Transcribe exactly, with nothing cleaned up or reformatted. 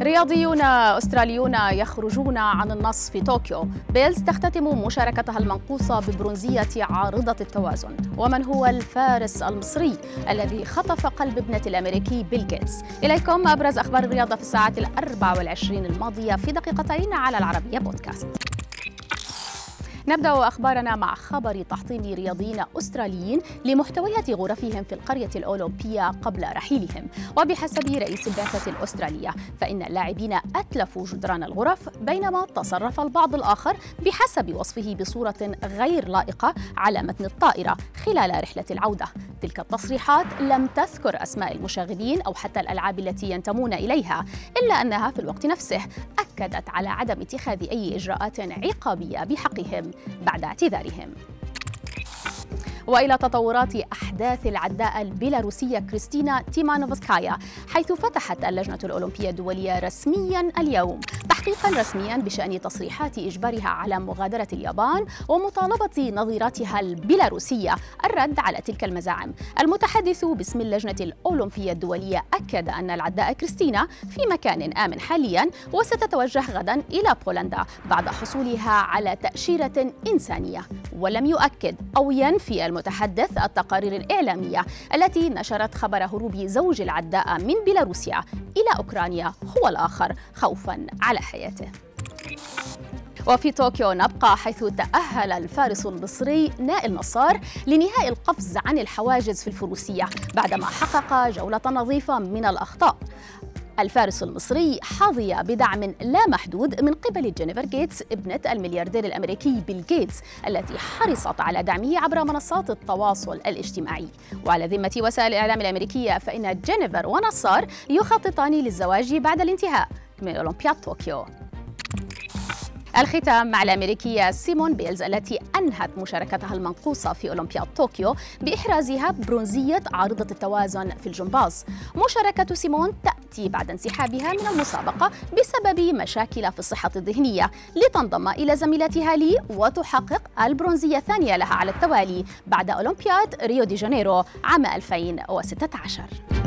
رياضيون أستراليون يخرجون عن النص في طوكيو. بيلز تختتم مشاركتها المنقوصة ببرونزية عارضة التوازن. ومن هو الفارس المصري الذي خطف قلب ابنة الأمريكي بيل غيتس؟ إليكم أبرز أخبار الرياضة في الساعات الأربع والعشرين الماضية في دقيقتين على العربية بودكاست. نبدأ أخبارنا مع خبر تحطيم رياضيين أستراليين لمحتويات غرفهم في القرية الأولمبية قبل رحيلهم. وبحسب رئيس البعثة الأسترالية فإن اللاعبين أتلفوا جدران الغرف، بينما تصرف البعض الآخر بحسب وصفه بصورة غير لائقة على متن الطائرة خلال رحلة العودة. تلك التصريحات لم تذكر أسماء المشاغبين أو حتى الألعاب التي ينتمون إليها، إلا أنها في الوقت نفسه أكدت على عدم اتخاذ أي إجراءات عقابية بحقهم بعد اعتذارهم. وإلى تطورات أحداث العداءة البيلاروسية كريستينا تيمانوفسكايا، حيث فتحت اللجنة الأولمبية الدولية رسمياً اليوم تحقيقاً رسمياً بشأن تصريحات إجبارها على مغادرة اليابان ومطالبة نظيرتها البيلاروسية الرد على تلك المزاعم. المتحدث باسم اللجنة الأولمبية الدولية أكد أن العداءة كريستينا في مكان آمن حالياً، وستتوجه غداً إلى بولندا بعد حصولها على تأشيرة إنسانية. ولم يؤكد أو ينفي المتحدث التقارير الإعلامية التي نشرت خبر هروب زوج العداء من بيلاروسيا إلى أوكرانيا هو الآخر خوفاً على حياته. وفي طوكيو نبقى، حيث تأهل الفارس المصري نائل نصار لنهاء القفز عن الحواجز في الفروسية بعدما حقق جولة نظيفة من الأخطاء. الفارس المصري حظي بدعم لا محدود من قبل جينيفر غيتس ابنة الملياردير الأمريكي بيل غيتس، التي حرصت على دعمه عبر منصات التواصل الاجتماعي. وعلى ذمة وسائل الإعلام الأمريكية فإن جينيفر ونصار يخططان للزواج بعد الانتهاء من أولمبياد طوكيو. الختام مع الأمريكية سيمون بيلز التي أنهت مشاركتها المنقوصة في أولمبياد طوكيو بإحرازها برونزية عارضة التوازن في الجمباز. مشاركة سيمون تأتي بعد انسحابها من المسابقة بسبب مشاكل في الصحة الذهنية، لتنضم إلى زميلتها لي وتحقق البرونزية الثانية لها على التوالي بعد أولمبياد ريو دي جانيرو عام ألفين وستة عشر.